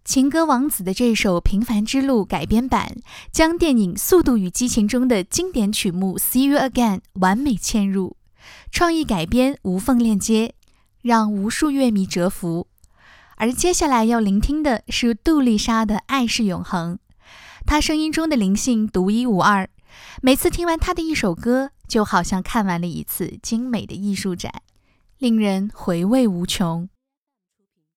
情歌王子的这首《平凡之路》改编版，将电影《速度与激情》中的经典曲目 See You Again 完美嵌入，创意改编无缝链接，让无数乐迷折服。而接下来要聆听的是杜丽莎的《爱是永恒》，她声音中的灵性独一无二，每次听完她的一首歌，就好像看完了一次精美的艺术展，令人回味无穷。